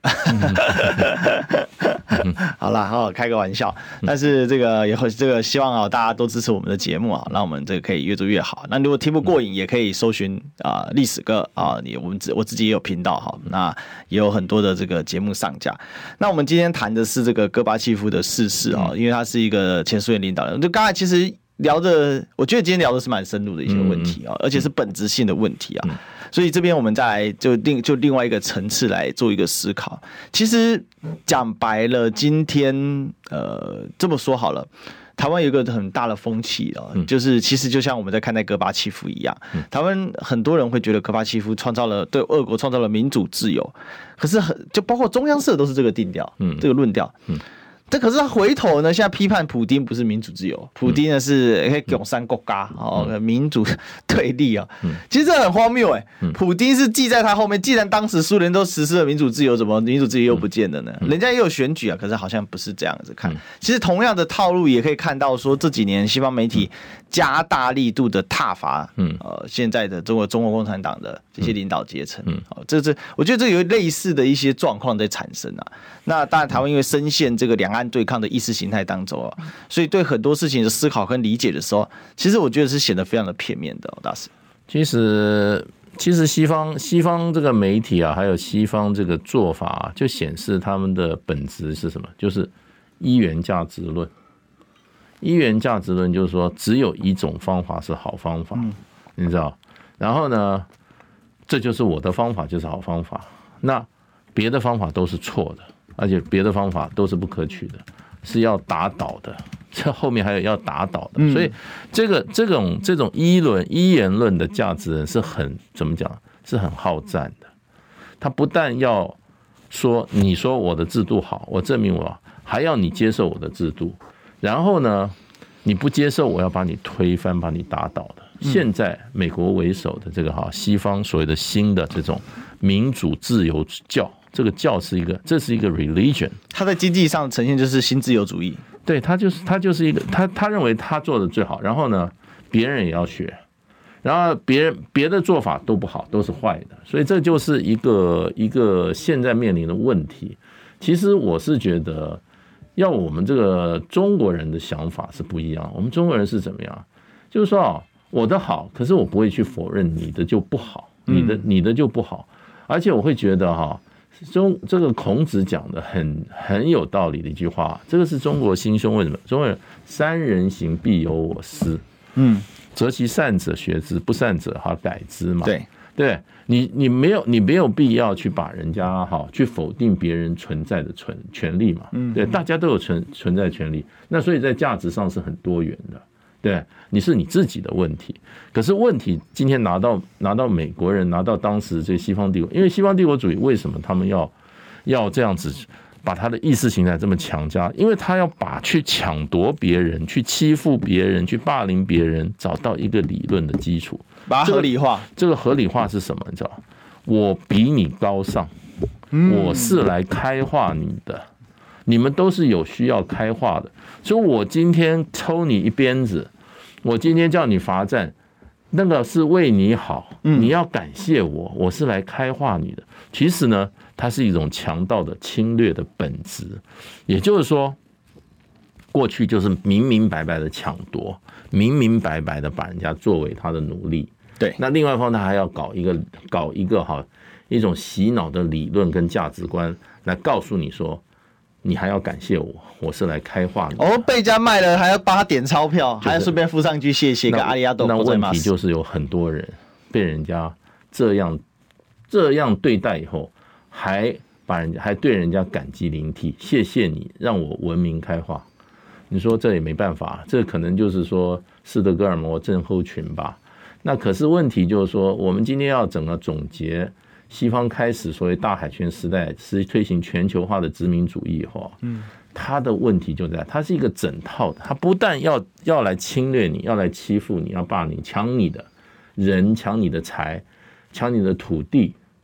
好啦，好开个玩笑，但是这个也会这个希望啊，大家都支持我们的节目啊，让我们这个可以越做越好。那如果听不过瘾，也可以搜寻啊历史哥啊，你我们我自己也有频道。好，那也有很多的这个节目上架。那我们今天谈的是这个戈巴契夫的逝世啊，因为他是一个前苏联领导人。就刚才其实聊的，我觉得今天聊的是蛮深入的一些问题啊，而且是本质性的问题啊。所以这边我们再来就另就另外一个层次来做一个思考。其实讲白了，今天呃这么说好了。台湾有一个很大的风气哦，就是其实就像我们在看待戈巴契夫一样，台湾很多人会觉得戈巴契夫创造了对俄国创造了民主自由，可是很就包括中央社都是这个定调，这个论调。但可是他回头呢，现在批判普丁不是民主自由，普丁呢是共产国家哦，民主对立啊。其实这很荒谬哎，普丁是记在他后面，既然当时苏联都实施了民主自由，怎么民主自由又不见了呢？人家也有选举啊，可是好像不是这样子看。其实同样的套路也可以看到，说这几年西方媒体加大力度的挞伐，呃，现在的中国中国共产党的这些领导阶层，哦，这这我觉得这有类似的一些状况在产生啊。那当然，台湾因为深陷这个两岸对抗的意识形态当中啊，所以对很多事情的思考跟理解的时候，其实我觉得是显得非常的片面的，哦，大师。 其实，其实西方西方这个媒体啊，还有西方这个做法啊，就显示他们的本质是什么？就是一元价值论。一元价值论就是说，只有一种方法是好方法，嗯，你知道？然后呢，这就是我的方法就是好方法，那别的方法都是错的。而且别的方法都是不可取的，是要打倒的。这后面还有要打倒的，所以这个这种这种一论一言论的价值人是很怎么讲？是很好战的。他不但要说你说我的制度好，我证明我好，还要你接受我的制度。然后呢，你不接受，我要把你推翻，把你打倒的。现在美国为首的这个哈西方所谓的新的这种民主自由教。这个教是一个，这是一个 religion， 他在经济上呈现就是新自由主义， 对他就是他就是一个他他认为他做的最好，然后呢，别人也要学，然后别人别的做法都不好，都是坏的，所以这就是一个一个现在面临的问题。其实我是觉得，要我们这个中国人的想法是不一样，我们中国人是怎么样？就是说啊，我的好，可是我不会去否认你的就不好，你的你的就不好，而且我会觉得哈。中这个孔子讲的很很有道理的一句话，这个是中国心胸。为什么？中国人三人行必有我师，嗯，择其善者学之，不善者哈改之嘛。 对， 对你你没有你没有必要去把人家哈去否定别人存在的存权利嘛。嗯，对，大家都有存存在权利，那所以在价值上是很多元的。对，你是你自己的问题，可是问题今天拿到拿到美国人，拿到当时这西方帝国，因为西方帝国主义为什么他们要要这样子把他的意识形态这么强加？因为他要把去抢夺别人、去欺负别人、去霸凌别人，找到一个理论的基础， 把它合理化。 这个合理化是什么？你知道？我比你高尚，我是来开化你的。你们都是有需要开化的，所以我今天抽你一鞭子，我今天叫你罚站，那个是为你好，你要感谢我，我是来开化你的。其实呢，它是一种强盗的侵略的本质，也就是说，过去就是明明白白的抢夺，明明白白的把人家作为他的奴隶。 对， 那另外一方面，他还要搞一个搞一个哈一种洗脑的理论跟价值观来告诉你说。你还要感谢我，我是来开化你。 哦，被人家卖了，还要帮他点钞票，还要顺便附上句谢谢跟阿里亚多。 那问题就是有很多人被人家这样这样对待以后，还把人家还对人家感激涕零，谢谢你让我文明开化。你说这也没办法，这可能就是说斯德哥尔摩症候群吧。那可是问题就是说，我们今天要整个总结。西方开始所谓大海权时代是推行全球化的殖民主义以后，嗯，它的问题就在它是一个整套的，它不但要要来侵略你，要来欺负你，要霸你，抢你的人，抢你的财，抢你的土地，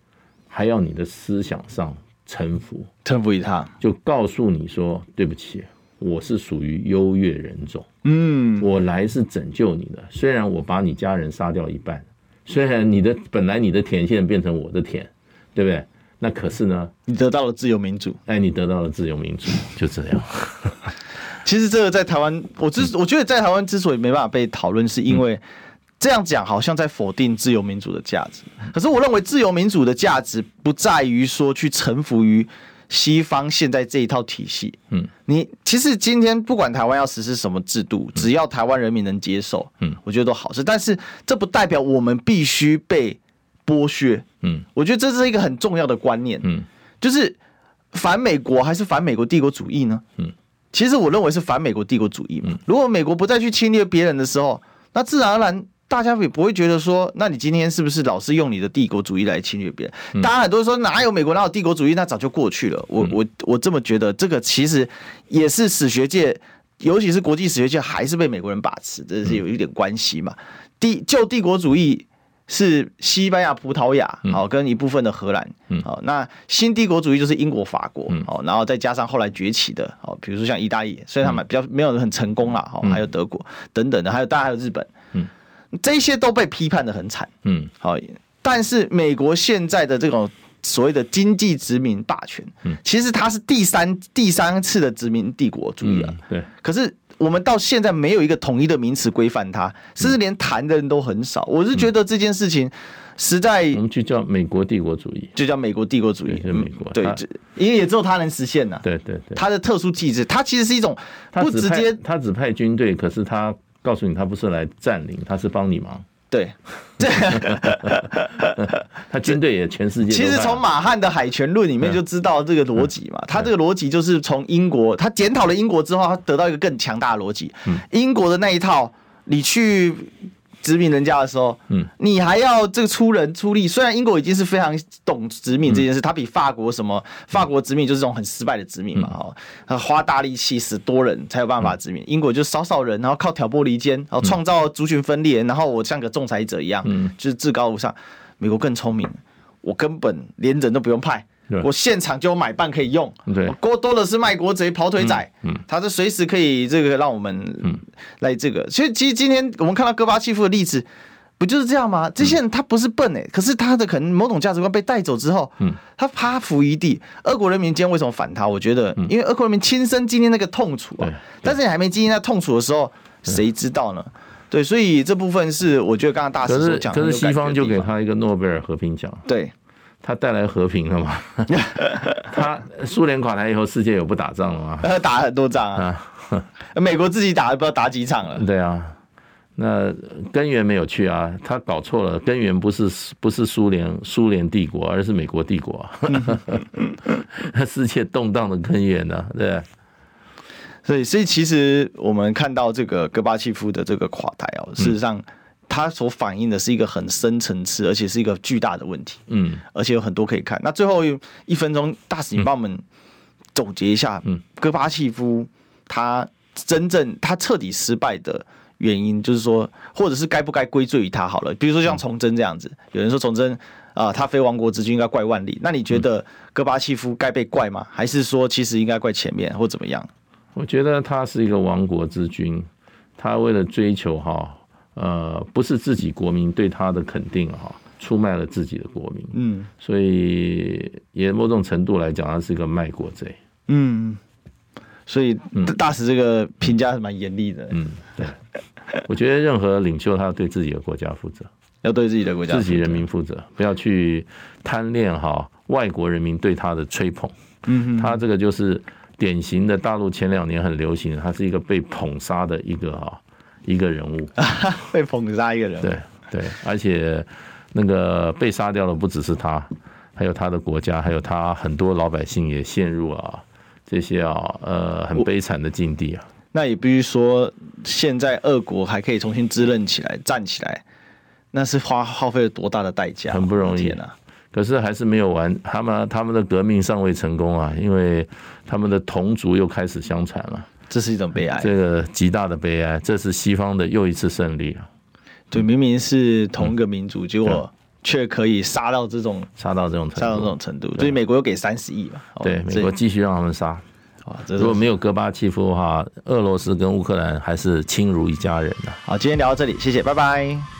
还要你的思想上臣服， 臣服于他， 就告诉你说对不起，我是属于优越人种， 嗯， 我来是拯救你的，虽然我把你家人杀掉一半，虽然你的本来你的田现在变成我的田，对不对？那可是呢， 你得到了自由民主， 哎，你得到了自由民主，就这样。 其实这个在台湾，我之我觉得在台湾之所以没办法被讨论，是因为这样讲好像在否定自由民主的价值。可是我认为自由民主的价值不在于说去臣服于西方现在这一套体系。嗯，你其实今天不管台湾要实施什么制度，只要台湾人民能接受，嗯，我觉得都好事。但是这不代表我们必须被剥削。嗯，我觉得这是一个很重要的观念。嗯，就是反美国还是反美国帝国主义呢？嗯，其实我认为是反美国帝国主义嘛。如果美国不再去侵略别人的时候，那自然而然大家也不会觉得说，那你今天是不是老是用你的帝国主义来侵略别人？嗯、大家很多人说哪有美国哪有帝国主义，那早就过去了。我我我这么觉得，这个其实也是史学界，尤其是国际史学界，还是被美国人把持，这是有一点关系嘛。帝就帝国主义。是西班牙、葡萄牙，好，跟一部分的荷兰，好，那新帝国主义就是英国、法国，好，然后再加上后来崛起的，好，比如说像意大利，虽然他们比较没有很成功啦，好，还有德国等等的，还有当然还有日本，这些都被批判的很惨，嗯，好，但是美国现在的这种所谓的经济殖民霸权，其实它是第三第三次的殖民帝国主义啊，对，可是。我们到现在没有一个统一的名词规范它，甚至连谈的人都很少。我是觉得这件事情实在， 我们就叫美国帝国主义， 就叫美国帝国主义， 是美国对，因为也只有它能实现呐。 对对对， 它的特殊机制，它其实是一种不直接， 他只派军队，可是他告诉你他不是来占领，他是帮你忙。 对， 他军队也全世界。 其实从马汉的海权论里面就知道这个逻辑嘛。嗯、他这个逻辑就是从英国，他检讨了英国之后，他得到一个更强大的逻辑。嗯、英国的那一套，你去殖民人家的时候，嗯，你还要这个出人出力。虽然英国已经是非常懂殖民这件事，他比法国什么法国殖民就是这种很失败的殖民嘛，哈、嗯，花大力气死多人才有办法殖民。英国就少少人，然后靠挑拨离间，然后创造族群分裂，然后我像个仲裁者一样，嗯，就是至高无上。美国更聪明，我根本连人都不用派。我现场就有买办可以用，多多的是卖国贼、跑腿仔，嗯嗯、他是随时可以这个让我们来这个。所以其实今天我们看到戈巴契夫的例子，不就是这样吗？这些人他不是笨哎、欸，可是他的可能某种价值观被带走之后，嗯、他趴伏一地。俄国人民今天为什么反他？我觉得，因为俄国人民亲身经历那个痛楚啊，但是你还没经历那痛楚的时候，谁知道呢？对，所以这部分是我觉得刚刚大师所讲的。 可是西方就给他一个诺贝尔和平奖。 对。 他带来和平了吗？他苏联垮台以后，世界有不打仗了吗？ 他打了很多仗啊，美国自己打不知道打几场了。 对啊，那根源没有去啊，他搞错了，根源不是不是苏联苏联帝国，而是美国帝国、啊。世界动荡的根源呢、啊？对。 所以，所以其实我们看到这个戈巴契夫的这个垮台哦，事实上。它所反映的是一个很深层次，而且是一个巨大的问题，嗯，而且有很多可以看。那最后一分钟，大使你帮我们总结一下，嗯，戈巴契夫他真正他彻底失败的原因，就是说，或者是该不该归罪于他好了。比如说像崇祯这样子，有人说崇祯啊、呃，他非亡国之君应该怪万历，那你觉得戈巴契夫该被怪吗？还是说其实应该怪前面或怎么样？ 我觉得他是一个亡国之君，他为了追求哈。呃，不是自己国民对他的肯定哈，出卖了自己的国民，嗯，所以也某种程度来讲，他是一个卖国贼， 嗯，所以大使这个评价是蛮严厉的， 嗯，对，我觉得任何领袖他要对自己的国家负责， 要对自己的国家、 自己人民负责，不要去贪恋哈外国人民对他的吹捧，嗯，他这个就是典型的大陆前两年很流行的，他是一个被捧杀的一个哈。一个人物被捧杀一个人物， 对对，而且那个被杀掉的不只是他，还有他的国家，还有他很多老百姓也陷入啊这些啊呃很悲惨的境地啊。 那也必须说，现在俄国还可以重新滋润起来、站起来，那是花耗费了多大的代价， 很不容易啊！ 可是还是没有完，他们他们的革命尚未成功啊，因为他们的同族又开始相残了。 这是一种悲哀， 这个极大的悲哀，这是西方的又一次胜利啊！ 对，明明是同一个民族，结果却可以杀到这种杀到这种程度， 杀到这种程度，所以美国又给三十亿嘛。 对， 哦、 美国继续让他们杀。如果没有戈巴契夫的话，俄罗斯跟乌克兰还是亲如一家人的。 好，今天聊到这里，谢谢，拜拜。